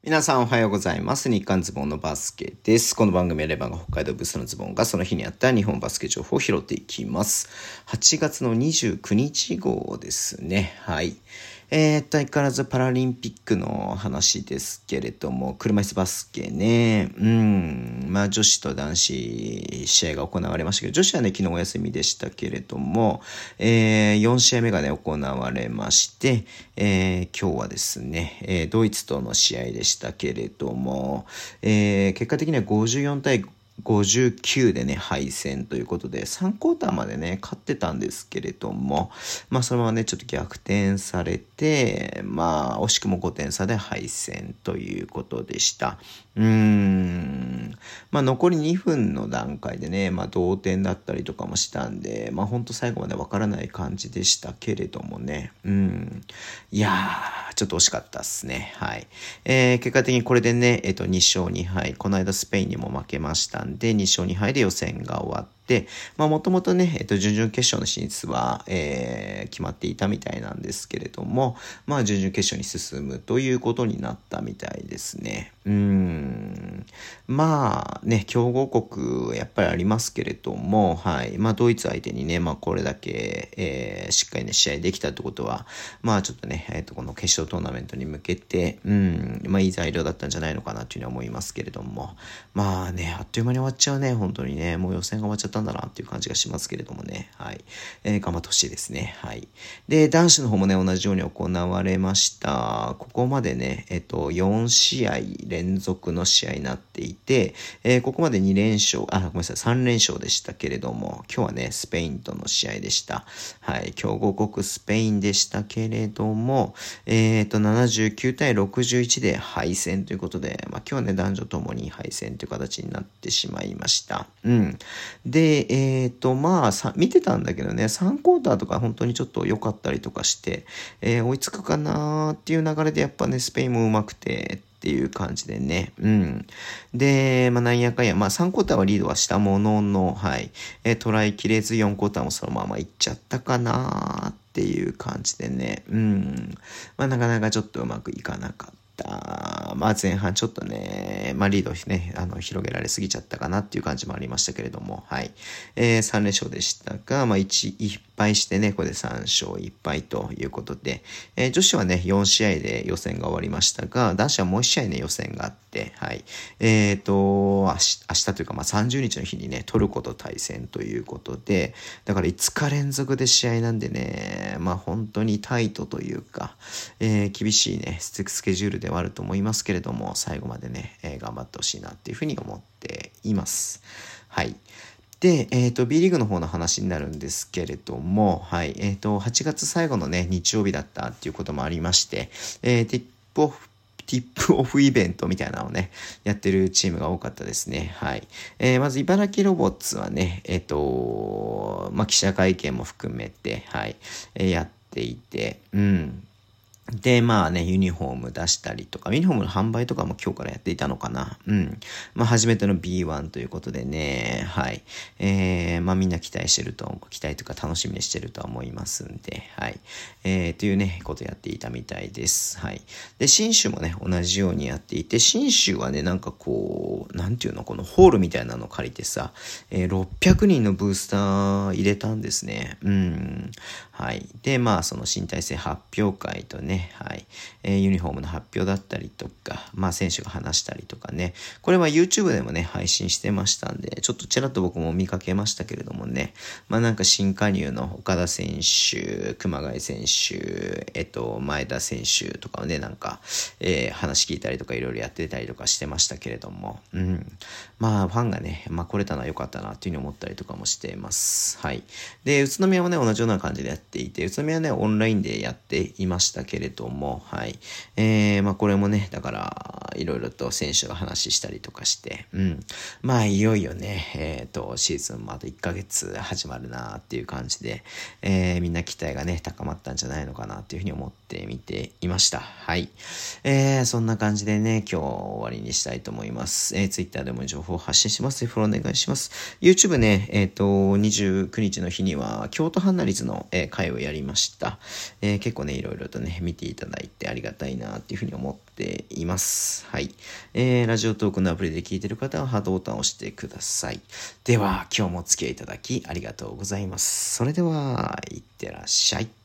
皆さんおはようございます。日刊ズボンのバスケです。この番組はレバンが北海道ブースのズボンがその日にあった日本バスケ情報を拾っていきます。8月の29日号ですね。はい。相変わらずパラリンピックの話ですけれども、車椅子バスケね。女子と男子試合が行われましたけど、女子はね、昨日お休みでしたけれども、4試合目がね、行われまして、今日はですね、ドイツとの試合でしたけれども、結果的には54対59でね、敗戦ということで、3クォーターまでね、勝ってたんですけれども、そのままね、ちょっと逆転されて、惜しくも5点差で敗戦ということでした。残り2分の段階でね、同点だったりとかもしたんで、ほんと最後までわからない感じでしたけれどもね、いやー、ちょっと惜しかったっすね。はい。結果的にこれでね、2勝2敗、この間スペインにも負けましたんで、2勝2敗で予選が終わって、もともとね、準々決勝の進出は、決まっていたみたいなんですけれども、準々決勝に進むということになったみたいですね。強豪国やっぱりありますけれども、はい。ドイツ相手にね、これだけ、しっかりね、試合できたってことは、ちょっとね、この決勝トーナメントに向けて、いい材料だったんじゃないのかなというふうに思いますけれども、あっという間に終わっちゃうね、本当にね、もう予選が終わっちゃったんだなっていう感じがしますけれどもね、はい。頑張ってほしいですね、はい。で、男子の方もね、同じように行われました。ここまでね、4試合連続の試合になっていて、ここまで2連勝、ごめんなさい、3連勝でしたけれども、今日はね、スペインとの試合でした。はい、強豪国スペインでしたけれども、79対61で敗戦ということで、今日はね、男女ともに敗戦という形になってしまいました。で、見てたんだけどね、3クォーターとか本当にちょっと良かったりとかして、追いつくかなーっていう流れでやっぱね、スペインも上手くて、っていう感じでね。で、なんやかんや、3クォーターはリードはしたものの、はい。トライ切れず4クォーターもそのままいっちゃったかなっていう感じでね。なかなかちょっとうまくいかなかった。前半ちょっとね、リードね、広げられすぎちゃったかなっていう感じもありましたけれども、はい。3連勝でしたが、1敗してね、これで3勝1敗ということで、女子はね、4試合で予選が終わりましたが、男子はもう1試合ね、予選があって、はい。明日というか、30日の日にね、トルコと対戦ということで、だから5日連続で試合なんでね、本当にタイトというか、厳しいね、スケジュールではあると思いますけれども、最後までね、頑張ってほしいなっていうふうに思っています。はい。で、B リーグの方の話になるんですけれども、はい。8月最後のね、日曜日だったっていうこともありまして、ティップオフイベントみたいなのをね、やってるチームが多かったですね。はい。まず、茨城ロボッツはね、記者会見も含めて、はい、やっていて、で、ユニフォーム出したりとか、ユニフォームの販売とかも今日からやっていたのかな。初めての B1 ということでね、はい。みんな期待とか楽しみにしてるとは思いますんで、はい。というね、ことやっていたみたいです。はい。で、新州もね、同じようにやっていて、新州はね、このホールみたいなのを借りてさ、600人のブースター入れたんですね。はい。で、その新体制発表会とね、はい。ユニフォームの発表だったりとか、選手が話したりとかね。これは YouTube でもね、配信してましたんで、ちょっとちらっと僕も見かけましたけれどもね。新加入の岡田選手、熊谷選手、前田選手とかをね、話聞いたりとかいろいろやってたりとかしてましたけれども、ファンがね、来れたのは良かったなっていうふうに思ったりとかもしています。はい。で、宇都宮もね、同じような感じでやっていて、宇都宮はね、オンラインでやっていましたけれども、はい。これもね、だから、いろいろと選手が話したりとかして、いよいよね、シーズンもあと1ヶ月始まるなっていう感じで、みんな期待がね、高まったんじゃないのかなっていうふうに思ってってみていました。はい。そんな感じでね、今日終わりにしたいと思います。Twitter でも情報を発信します。フォローお願いします。YouTube ね、29日の日には、京都ハンナリズの、会をやりました。結構ね、いろいろとね、見ていただいてありがたいなっていうふうに思っています。はい。ラジオトークのアプリで聞いてる方はハートボタンを押してください。では、今日もお付き合いいただきありがとうございます。それでは、いってらっしゃい。